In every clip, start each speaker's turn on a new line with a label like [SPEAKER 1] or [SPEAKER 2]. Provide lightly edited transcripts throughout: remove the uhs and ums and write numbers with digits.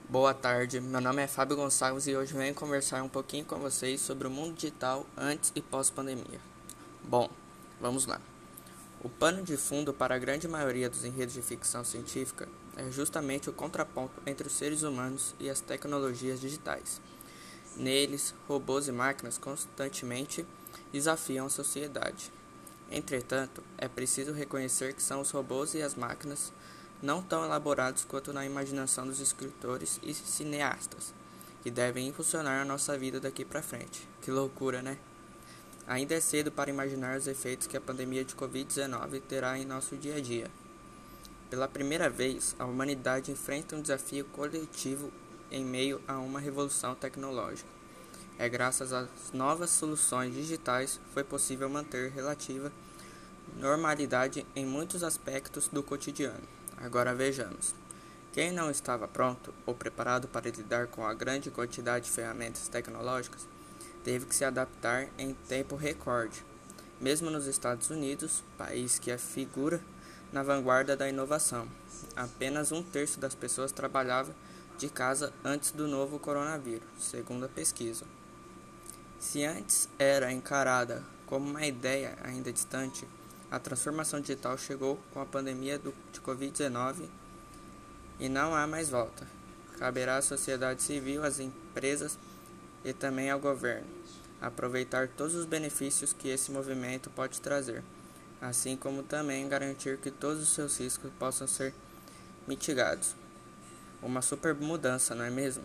[SPEAKER 1] Boa tarde, meu nome é Fábio Gonçalves e hoje venho conversar um pouquinho com vocês sobre o mundo digital antes e pós-pandemia. Bom, vamos lá. O pano de fundo para a grande maioria dos enredos de ficção científica é justamente o contraponto entre os seres humanos e as tecnologias digitais. Neles, robôs e máquinas constantemente desafiam a sociedade. Entretanto, é preciso reconhecer que são os robôs e as máquinas não tão elaborados quanto na imaginação dos escritores e cineastas, que devem impulsionar a nossa vida daqui para frente. Que loucura, né? Ainda é cedo para imaginar os efeitos que a pandemia de Covid-19 terá em nosso dia a dia. Pela primeira vez, a humanidade enfrenta um desafio coletivo em meio a uma revolução tecnológica. É graças às novas soluções digitais foi possível manter relativa normalidade em muitos aspectos do cotidiano. Agora vejamos. Quem não estava pronto ou preparado para lidar com a grande quantidade de ferramentas tecnológicas teve que se adaptar em tempo recorde. Mesmo nos Estados Unidos, país que figura na vanguarda da inovação, apenas 1/3 das pessoas trabalhava de casa antes do novo coronavírus, segundo a pesquisa. Se antes era encarada como uma ideia ainda distante, a transformação digital chegou com a pandemia de Covid-19 e não há mais volta. Caberá à sociedade civil, às empresas e também ao governo aproveitar todos os benefícios que esse movimento pode trazer, assim como também garantir que todos os seus riscos possam ser mitigados. Uma super mudança, não é mesmo?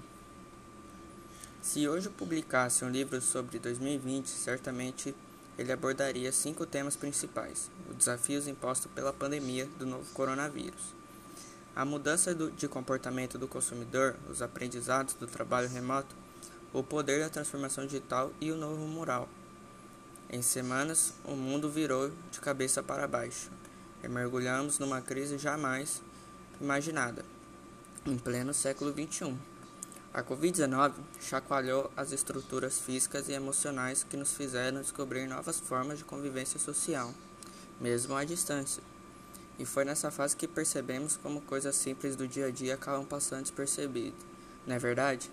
[SPEAKER 1] Se hoje eu publicasse um livro sobre 2020, certamente ele abordaria 5 temas principais: os desafios impostos pela pandemia do novo coronavírus, a mudança de comportamento do consumidor, os aprendizados do trabalho remoto, o poder da transformação digital e o novo mural. Em semanas, o mundo virou de cabeça para baixo e mergulhamos numa crise jamais imaginada, em pleno século XXI. A Covid-19 chacoalhou as estruturas físicas e emocionais que nos fizeram descobrir novas formas de convivência social, mesmo à distância. E foi nessa fase que percebemos como coisas simples do dia a dia acabam passando despercebidas, não é verdade?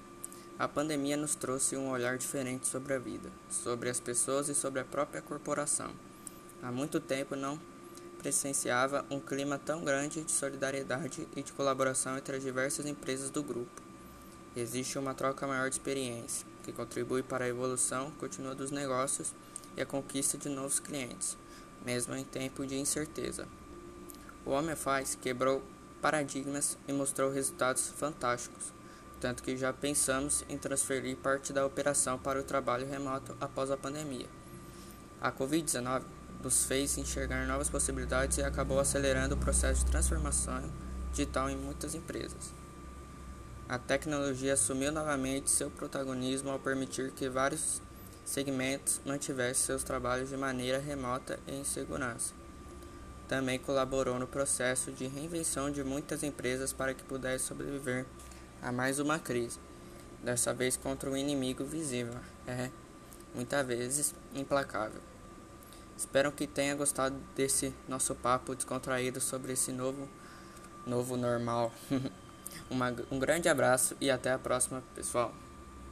[SPEAKER 1] A pandemia nos trouxe um olhar diferente sobre a vida, sobre as pessoas e sobre a própria corporação. Há muito tempo não presenciava um clima tão grande de solidariedade e de colaboração entre as diversas empresas do grupo. Existe uma troca maior de experiência, que contribui para a evolução contínua dos negócios e a conquista de novos clientes, mesmo em tempo de incerteza. O Home Office quebrou paradigmas e mostrou resultados fantásticos, tanto que já pensamos em transferir parte da operação para o trabalho remoto após a pandemia. A Covid-19 nos fez enxergar novas possibilidades e acabou acelerando o processo de transformação digital em muitas empresas. A tecnologia assumiu novamente seu protagonismo ao permitir que vários segmentos mantivessem seus trabalhos de maneira remota e em segurança. Também colaborou no processo de reinvenção de muitas empresas para que pudessem sobreviver a mais uma crise, dessa vez contra um inimigo visível, muitas vezes implacável. Espero que tenha gostado desse nosso papo descontraído sobre esse novo normal. Um grande abraço e até a próxima, pessoal.